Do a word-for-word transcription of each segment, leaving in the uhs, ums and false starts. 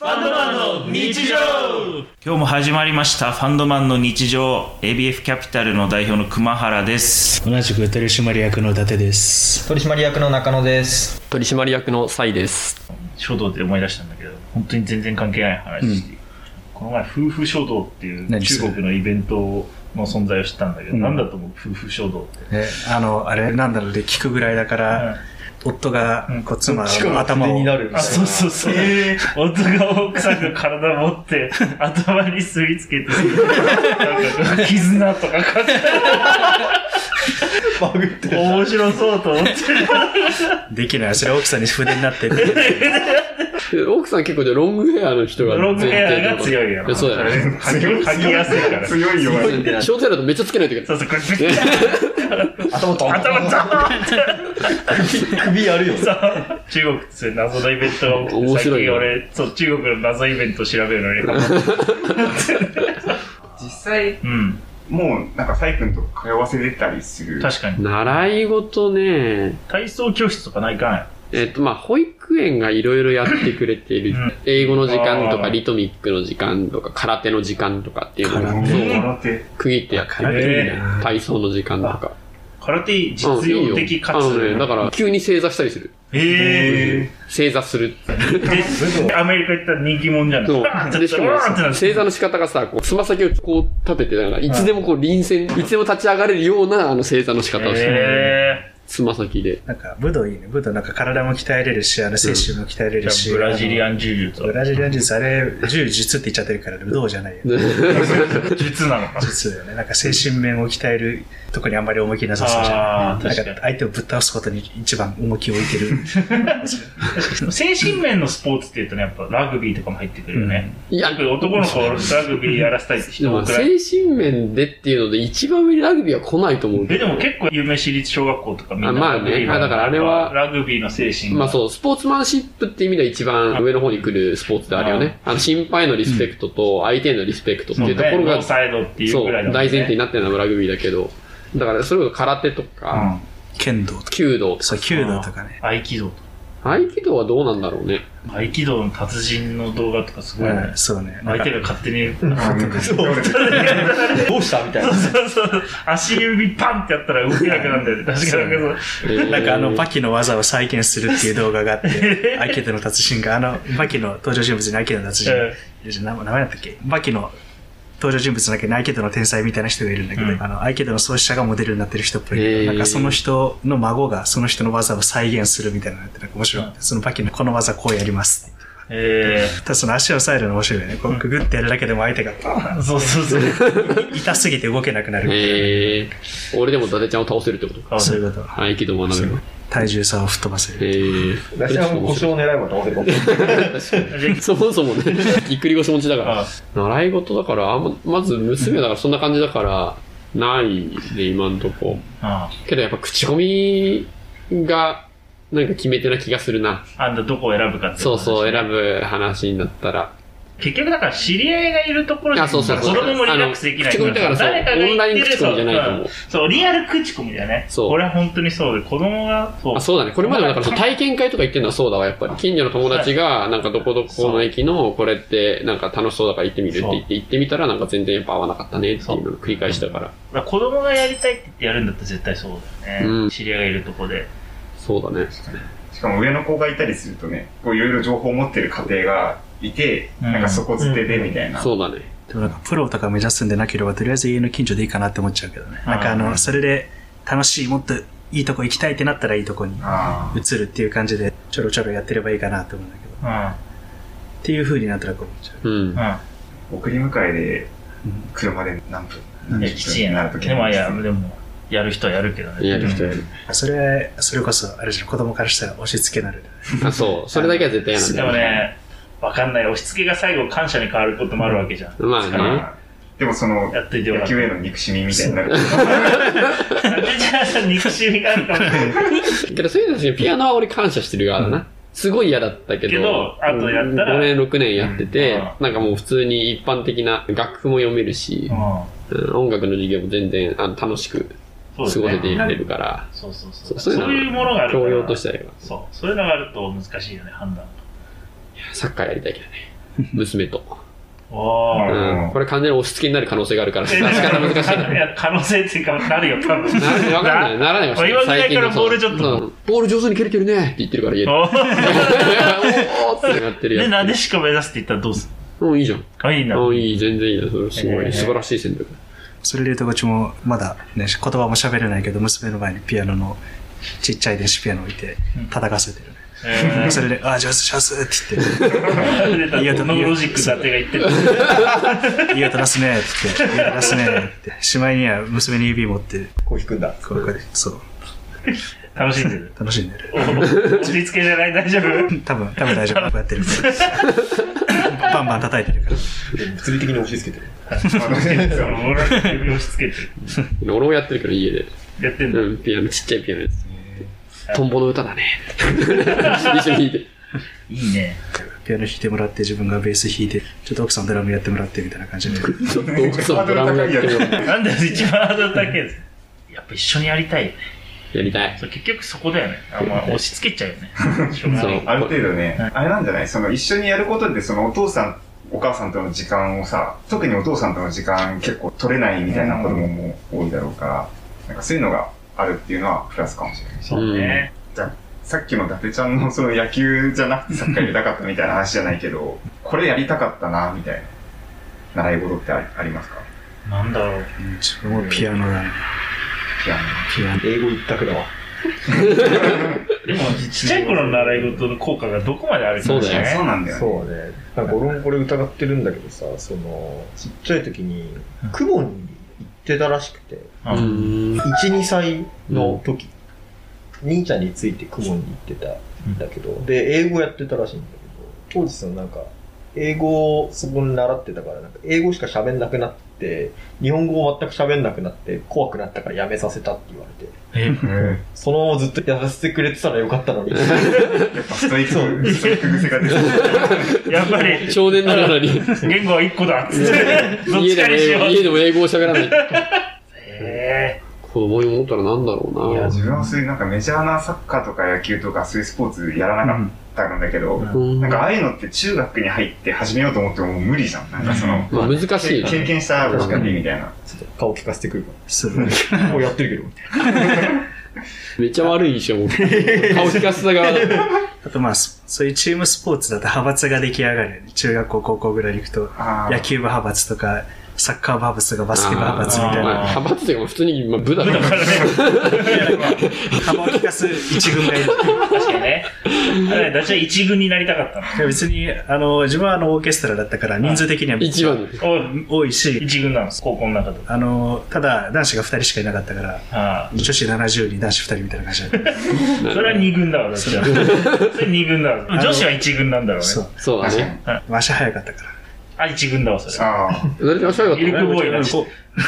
ァンドマンの日常。今日も始まりましたファンドマンの日常。 エービーエフ キャピタルの代表の熊原です。 同じく取締役の伊達です。 取締役の中野です。 取締役のサイです。 書道で思い出したんだけど、本当に全然関係ない話して、うん、この前夫婦書道っていう中国のイベントの存在を知ったんだけど、なんだと思う夫婦書道って。 えあのあれなんだろうで聞くぐらいだから、うん、夫がこう妻の頭を、 になる。 あ、そうそうそう。えー、夫が奥さんが体持って頭に吸い付けて、なんか絆とか書く。 バグってる。 面白そうと思って。 できない。それ奥さんに筆になってる。 奥さん結構じゃロングヘアの人がロングヘアが強いよ。 そうだね。 嗅ぎやすいから。 強いよ。 ショートヘアだとめっちゃつけないといけない。 そうそう、これ。 頭と頭と首、首やるよ。 そう。中国って謎のイベントが面白い。最近俺、そう、中国の謎イベントを調べるのに。 実際、 うん。 もうなんかサイ君と通わせてたりする。 確かに。 習い事ね。 体操教室とかないかない？ えっと、まあ、保育園がいろいろやってくれている、うん。英語の時間とか、リトミックの時間とか、空手の時間とかっていうのが、 空手区切ってやってる。体操の時間とか。 空手実用的かつ、 あのね、だから急に正座したりする。 へえ。 正座する。 で、アメリカ行ったら人気者じゃない。 そう。で、しかも、正座の仕方がさ、こう、つま先をこう立てて、なんか、いつでもこう、臨戦、いつでも立ち上がれるような、あの、正座の仕方をしてる。つま先で。 なんか、武道いいね。武道なんか体も鍛えれるし、あの、精神も鍛えれるし。 ブラジリアン柔術。 ブラジリアン柔術、あれ、柔術って言っちゃってるから、武道じゃないよ。 術なのか。 術だよね。なんか精神面を鍛えるとこにあんまり重きなさそうじゃん。なんか相手をぶっ倒すことに一番重きを置いてる。 精神面のスポーツって言うとね、やっぱラグビーとかも入ってくるよね。 いや、 男の子ラグビーやらせたいって人もくらい。 精神面でっていうので一番上にラグビーは来ないと思うけど。 でも結構有名私立小学校とかみんな。 まあね。だからあれは。 ラグビーの精神。 まあそう、スポーツマンシップっていう意味では一番上の方に来るスポーツであるよね。あの、審判へのリスペクトと相手へのリスペクトっていうところが、 サイドっていうぐらいそう、大前提になってるのはラグビーだけど、だからそれこそ空手とか、 剣道とか。 弓道とか。 そう、弓道とかね。 合気道とか。 合気道はどうなんだろうね。 合気道の達人の動画とかすごいね。 そうね。 相手が勝手に。 どうしたみたいな。 そうそうそう。足指パンってやったら動けなくなるんだよね。確かに。 なんかあの、バキの技を再現するっていう動画があって、合気道の達人が、あの、バキの登場人物に合気道の達人、名前だったっけ？バキの登場人物だけに合気道の天才みたいな人がいるんだけど、うん、あの合気道の創始者がモデルになってる人っぽいけど、なんかその人の孫がその人の技を再現するみたいなのってなんか面白い、うん、そのバキのこの技こうやりますって。 えー、 ただその足を押さえるの面白いよね。こうググってやるだけでも相手が、 うん、そうそうそう痛すぎて動けなくなるみたいな。 えー、俺でも伊達ちゃんを倒せるってことか。 そういうこと。 合気道を学べば。 体重差を吹っ飛ばせる。 えー、 私はもう腰を狙えば倒せるかも。 そもそもね、ぎっくり腰持ちだから。習い事だから、あんま、まず娘だからそんな感じだから、ないで今んとこ。ああけどやっぱ口コミが、なんか決め手な気がするな。 あんたどこを選ぶかって、ね。 そうそう、選ぶ話になったら。 結局だから知り合いがいるところに、 そうそうそう、 子供もリラックスできないから。 だから誰かがオンライン口コミじゃないと思う。 そう、リアル口コミだよね。そう。これは本当にそうで、子供が、そう。 あ、そうだね。これまでもだから体験会とか行ってるのはそうだわ、やっぱり。近所の友達が、なんかどこどこの駅のこれってなんか楽しそうだから行ってみるって言って、行ってみたらなんか全然やっぱ合わなかったねっていうのを繰り返したから。だから子供がやりたいって言ってやるんだったら絶対そうだよね。うん、知り合いがいるとこで。 そうだね。 しかも上の子がいたりするとね、こういろいろ情報を持ってる家庭がいて、うん、なんかそこ捨てでみたいな、 うん。そうだね。 でもなんかプロとか目指すんでなければ、とりあえず家の近所でいいかなって思っちゃうけどね。なんかあの、それで楽しい、もっといいとこ行きたいってなったらいいとこに移るっていう感じで、ちょろちょろやってればいいかなと思うんだけど。っていう風になったらこう思っちゃう。うん。 送り迎えで、車で何分、 何分になるときでも、いや、でも、やる人はやるけどね。 やる人はやる。 それ、それこそ、あれじゃん、子供からしたら押し付けなる。 あ、そう。それだけは絶対嫌なんだよ。 でもね、わかんない。押し付けが最後感謝に変わることもあるわけじゃん。 まあね。 でもその、野球への憎しみみたいになる。 憎しみがあるかもしれない。 けどそういうのにピアノは俺感謝してる側だな。すごい嫌だったけど、 けどあとやったらごねんろくねんやってて、うん、なんかもう普通に一般的な楽譜も読めるし、うん、音楽の授業も全然あの楽しく過ごせていられるから、 そうそうそう。そういうものがあるから。 教養としては。 そう。そういうのがあると難しいよね、判断。 いや、サッカーやりたいけどね。 娘と。 あうん。これ完全に押し付けになる可能性があるから、出し方難しいな。 いや、可能性っていうか、なるよ、多分。 なわかんない。ならないかもしれない。 今ぐらいからボールちょっと。 ボール上手に蹴れてるねって言ってるから家で。おーってなってるやつ。 で、なでしこ目指すって言ったらどうする？ うん、いいじゃん。 あ、いいな。 うん、いい、全然いいな。それすごい、素晴らしい選択。 それで言うとこっちもまだね、言葉も喋れないけど、娘の前にピアノのちっちゃい電子ピアノ置いて叩かせてるね。えー、それで、あ、上手上手って言って。 いや、ノーロジックだってが言ってる。 いい音出すねって言って、いい音出すねって。しまいには娘に指持って。 こう弾くんだ。 こうで、そう。 楽しんでる。 楽しんでる。 押し付けじゃない？大丈夫？ 多分、多分大丈夫。こうやってる。バンバン叩いてるから。 物理的に押し付けてる。 俺は指押し付けてる。俺もやってるけど家で。 やってんの？ うん、ピアノ、ちっちゃいピアノです。トンボの歌だね。一緒に弾いて。 いいね。 ピアノ弾いてもらって自分がベース弾いて、ちょっと奥さんドラムやってもらってみたいな感じで。 ちょっと奥さんドラムやってもらって。 なんで一番ハードル高いです。やっぱ一緒にやりたいよね。 やりたい。 結局そこだよね。あんま押し付けちゃうよね。 ある程度ね、あれなんじゃない？その一緒にやることでそのお父さん、お母さんとの時間をさ、特にお父さんとの時間結構取れないみたいな子供も多いだろうから、なんかそういうのがあるっていうのはプラスかもしれない。 そうね。 じゃあさっきの伊達ちゃんのその野球じゃなくてサッカーやりたかったみたいな話じゃないけど、これやりたかったなみたいな習い事ってありますか？ なんだろう。 自分もピアノだね。 ピアノ。 ピアノ。 英語一択だわ。 でもちっちゃい頃の習い事の効果がどこまであるかそうだよね。 そうなんだよね。 そうね。なんか俺もこれ疑ってるんだけどさ、そのちっちゃい時にクモンに行ってたらしくて、いち、にさいの時、うん、兄ちゃんについてクモンに行ってたんだけど、うん、で英語やってたらしいんだけど、当時そのなんか英語をそこに習ってたから、なんか英語しか喋んなくなって、日本語を全く喋んなくなって怖くなったからやめさせたって言われて。えそのままずっとやらせてくれてたらよかったのに。やっぱストイック、ストイック癖が出てる。 やっぱり。 少年ながらに。 言語は一個だっつって。 家でも英語、家でも英語を喋らない。 へー。 子供に思ったらなんだろうな。 いや、自分はそういうなんかメジャーなサッカーとか野球とかそういうスポーツやらなかったんだけど、うん、なんかああいうのって中学に入って始めようと思ってももう無理じゃん。なんかその、 まあ難しい。 経験したらしかいいみたいな。 ちょっと顔聞かせてくるかする。もうやってるけど、みたいな。 めっちゃ悪い印象も顔聞かせた側だった。 あとまあ、そういうチームスポーツだと派閥が出来上がるよね。中学校、高校ぐらいに行くと、野球部派閥とか、サッカー部派閥とかバスケ部派閥みたいな。 派閥っていうか普通にまあ部だからね。 幅を利かす一軍がいる。 確かにね。あれ、私は一軍になりたかったの。 別に、あの、自分はあの、オーケストラだったから、人数的には一番多いし。 一軍なんです、高校の中で。 あの、ただ、男子が二人しかいなかったから、女子ななじゅうに男子二人みたいな感じだった。 それは二軍だわ、私は。それ二軍だわ。女子は一軍なんだろうね。 そう。 そうだね。 足早かったから。 あ、一軍だわ、それ。 ああ。 誰で足早かったの？ ミルクボーイになっちゃった。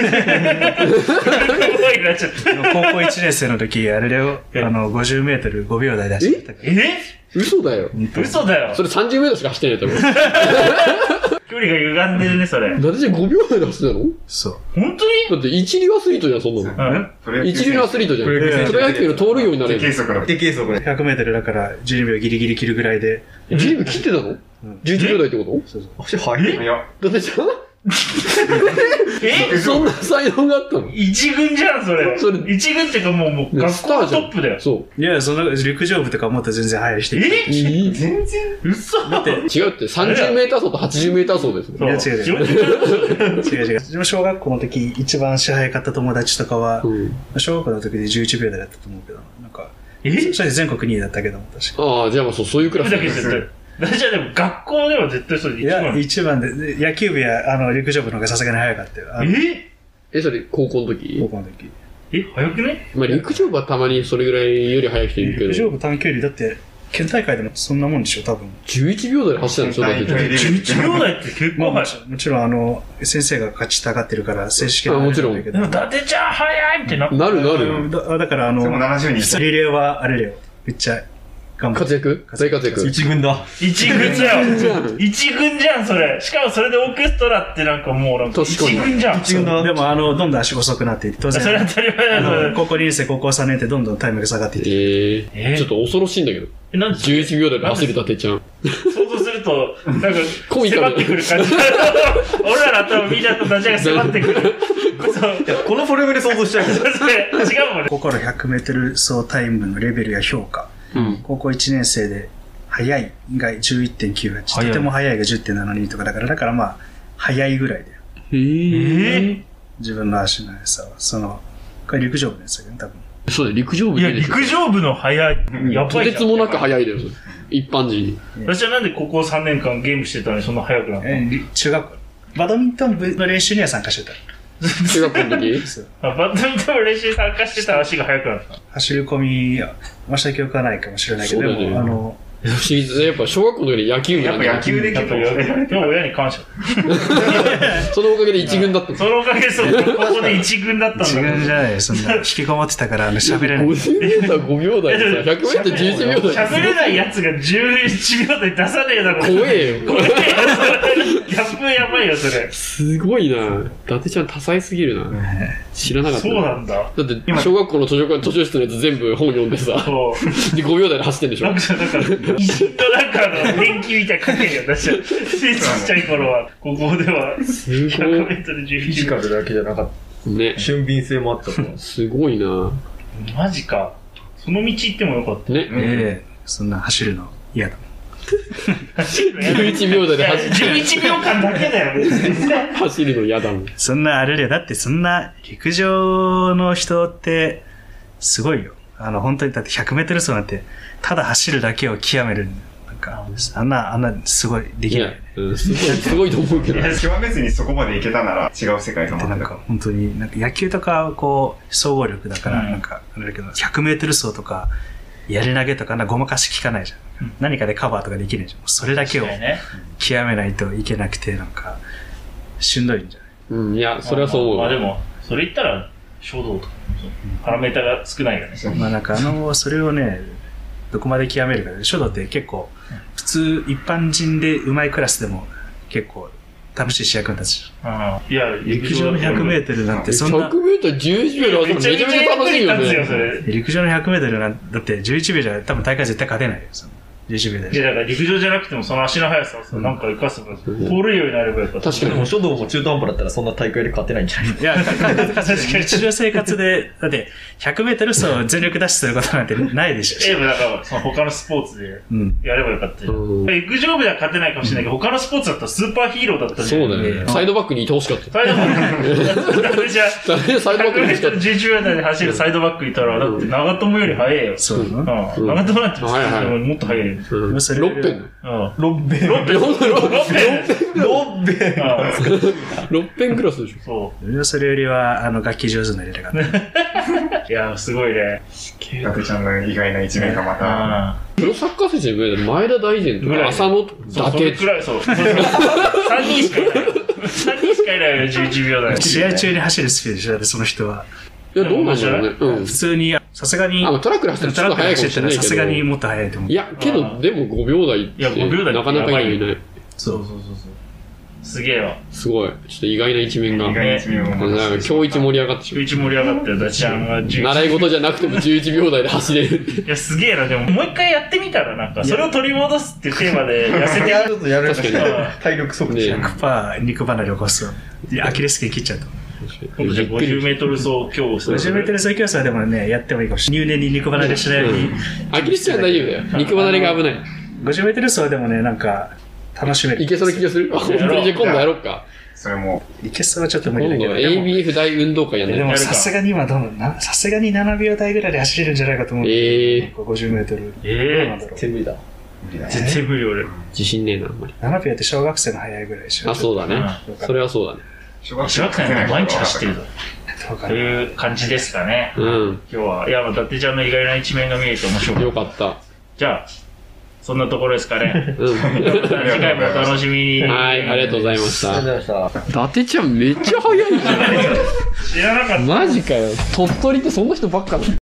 ミルクボーイになっちゃった。 高校いちねん生の時、あれだよ、あの、ごじゅうメートルごびょうだい出してたから。 え嘘だよ。 嘘だよ。 それさんじゅうメートルしか走ってないと思う。 距離が歪んでるね、それ。 だってじゃあごびょうだいで走ってたの？ そう。 本当に？ だって一流アスリートじゃん、そんなの。一流アスリートじゃん。プロ野球の盗塁王になれる。 手計測の。手計測の。 ひゃくメートルだからじゅうにびょうギリギリ切るぐらいで。 じゅうにびょう切ってたの？じゅういちびょうだいってこと？ そうそう。 足速い。 いや。 だってじゃあえそんな才能があったの？ 一軍じゃん、それ。それ一軍ってかもう、もう学校のトップだよ。 そう。 いや、その陸上部とかもっと全然速いして。 え全然嘘だって違うって、さんじゅうメーター走とはちじゅうメーター走ですね。 いや、違う違う。違う違う。自分小学校の時一番足速かった友達とかは、小学校の時でじゅういちびょうだいだったと思うけど、なんか、えそれで全国にいだったけども、確か。 ああ、じゃあまあそう、そういうクラスだけ絶対。じゃあでも学校では絶対それで一番。いや、一番で、野球部やあの陸上部の方がさすがに速かったよ。 ええ、それ高校の時？ 高校の時。 え、速くね？ まあ陸上部はたまにそれぐらいより速い人いるけど。 陸上部短距離だって、県大会でもそんなもんでしょ、多分。 じゅういちびょうだいで走ってたんでしょ、だって。 じゅういちびょうだいって結構速い。 もちろんあの、先生が勝ちたがってるから正式なの。もちろん。 でも、伊達ちゃん速いってななるなる。 だからあの、 ななじゅうにん。 リレーはあれだよ。めっちゃ。 活躍大活躍。 一軍だ。 一軍じゃん。一軍じゃん、それ。しかもそれでオーケストラってなんかもうなんか一軍じゃん。 一軍だ。でもあの、どんどん足遅くなっていって、当然。 それは当たり前だよ。 高校にねん生、高校さんねんってどんどんタイムが下がっていって。 えー、ちょっと恐ろしいんだけど。 え、なんでじゅういちびょうだいで走る伊達ちゃん。 想像すると、なんか、 コミカル迫ってくる感じ。俺らの頭みんなとダチャが迫ってくる。そう。 このフォルムで想像しちゃうけど。 違うもんね。 ここからひゃくメートル走タイムのレベルや評価。うん、高校いちねん生で、速いが じゅういってんきゅうはち、とても速いが じゅってんななに とかだから、だからまあ、速いぐらいだよ。 へー。 自分の足の速さは。その、これ陸上部のやつだけど、多分。 そうだよ、陸上部で。 いや、陸上部の速い。やばい。 とてつもなく速いだよ、それ。一般人に。 私はなんで高校さんねんかんゲームしてたのにそんな速くなったの？ え、中学校。バドミントン部の練習には参加してた。 中学校の時あ、バドミントンの練習に参加してたら足が速くなった。 走り込み、ました記憶はないかもしれないけど、 ね、 でも、あの、 不思議ですね。やっぱ小学校の時に野球部やっぱ野球で結構でも親に感謝。 そのおかげで一軍だった。 そのおかげでそう、高校で一軍だったんだ。 一軍じゃないよ、そんな。引きこもってたから、喋れない。 ごじゅうメーターごびょうだいでさ、ひゃくメーターじゅういちびょうだい。 喋れないやつがじゅういちびょうだい出さねえだろ。 怖えよ。 怖えよ、それ。ギャップやばいよ、それ。 すごいな。伊達ちゃん多彩すぎるな。知らなかった。 そうなんだ。 だって、小学校の図書館、図書室のやつ全部本読んでさ。そう。で、ごびょうだいで走ってんでしょ。 なんか、なんか、偉人のなんかあの、電気みたいなかけるよ、私は。ちっちゃい頃は、ここでは、ひゃくメートルじゅういちびょう。 フィジカルだけじゃなかった。 ね。 俊敏性もあったと。 すごいな。 マジか。その道行ってもよかった。 ね。 ええ、そんな走るの嫌だもん。 走るの嫌だ。 じゅういちびょうだいで走る。 じゅういちびょうかんだけだよ、別に。 走るの嫌だもん。 そんなあれだよ。だってそんな陸上の人ってすごいよ。あの本当にだってひゃくメートル走なんてただ走るだけを極める。なんかあんなあんなすごいできない。 うん、すごいすごいと思うけど。 極めずにそこまでいけたなら違う世界かも。 なんか本当になんか野球とかこう総合力だからなんかあれだけどひゃくメートル走とかやり投げとかあんなごまかし効かないじゃん。うん、何かでカバーとかできないじゃん。それだけを極めないといけなくてなんかしんどいんじゃない。 うん、いやそれはそう思う。 まあでもそれ言ったら衝動とかパラメータが少ないよね。 まあなんかあのそれをねどこまで極めるかで書道って結構普通一般人で上手いクラスでも結構楽しい試合組んだし。 ああ、いや陸上のひゃくメートルなんてそんなひゃくメートルじゅういちびょうでめちゃめちゃ楽しいよね。 陸上のひゃくメートルなんだってじゅういちびょうじゃ多分大会絶対勝てないよ。じゅういちびょうで。 いやだから陸上じゃなくてもその足の速さをさ、うん、なんか生かす分、通るようになればよかった。 確かに。もう書道も中途半端だったらそんな大会で勝てないんじゃない？ いや、確かに日常生活で、だってひゃくメートル走を全力ダッシュすることなんてないでしょ。 ええ、だからその他のスポーツでやればよかったじゃん。うん、陸上部では勝てないかもしれないけど、他のスポーツだったらスーパーヒーローだったじゃん。 そうだね。サイドバックにいてほしかった。 サイドバック。だってじゃあ、 サイドバックにいてほしかった。 じゅういちびょうだいで走るサイドバックいたら、だって長友より速いよ。 そうなの？うん。長友なんてもっと速いよ。 ろっぺん。 うん。 ろっぺん。 ろっぺん。ろっぺん。 ろっぺん。 ろっぺんクラスでしょ。そう。それよりは、あの、楽器上手な入れたかった。 いや、すごいね。 伊達ちゃんの意外な一面がまた。 プロサッカー選手で前田大然とか浅野だけ。 くらい、そう。さんにんしかいない。さんにんしかいないよ、じゅういちびょうだい。 試合中に走るスピードでしょ、だってその人は。 いや、どうなんだろうね。うん。 普通に、さすがに、 あ、トラックで走ったらちょっと速いかもしれないけど。 さすがにもっと速いと思う。 いや、けど、でもごびょうだいって、なかなかいない。 そうそうそうそう。すげえわ。 すごい。ちょっと意外な一面が。 意外な一面を。 なんか、今日一盛り上がってしまう。 今日一盛り上がってる、ダチちゃんがじゅういち。 習い事じゃなくてもじゅういちびょうだいで走れる。 いや、すげえな。でも、もう一回やってみたら、なんか、それを取り戻すっていうテーマで痩せてやるとやると確かに体力測定。 ひゃくパーセント肉離れ起こす。アキレス腱切っちゃうと。 今度じゃあごじゅうメートル走競争。 ごじゅうメートル走競争はでもね、やってもいいかもしれない。入念に肉離れしないように。 アキレス腱は大丈夫だよ。肉離れが危ない。 ごじゅうメートル走はでもね、なんか、楽しめる。 いけそうな気がする。あ、本当にじゃあ今度やろうか。 それも。 いけそうはちょっと無理だけど。 今度 エービーエフ 大運動会やんない。 でもさすがに今どうな、さすがにななびょうだいぐらいで走れるんじゃないかと思う。ええー。ごじゅうメートル。 ええー。 絶対無理だ。 絶対無理俺。 自信ねえな、あんまり。 ななびょうって小学生の早いぐらいでしょ。 あ、そうだね。それはそうだね。 小学生の毎日走ってるぞ。という感じですかね。 うん。 今日は、いや、伊達ちゃんの意外な一面が見えて面白かった。 よかった。 じゃあ、そんなところですかね。 うん。 次回もお楽しみに。 はい、ありがとうございました。 ありがとうございました。 伊達ちゃんめっちゃ早いじゃん。 知らなかった。 マジかよ。鳥取ってそんな人ばっかだ。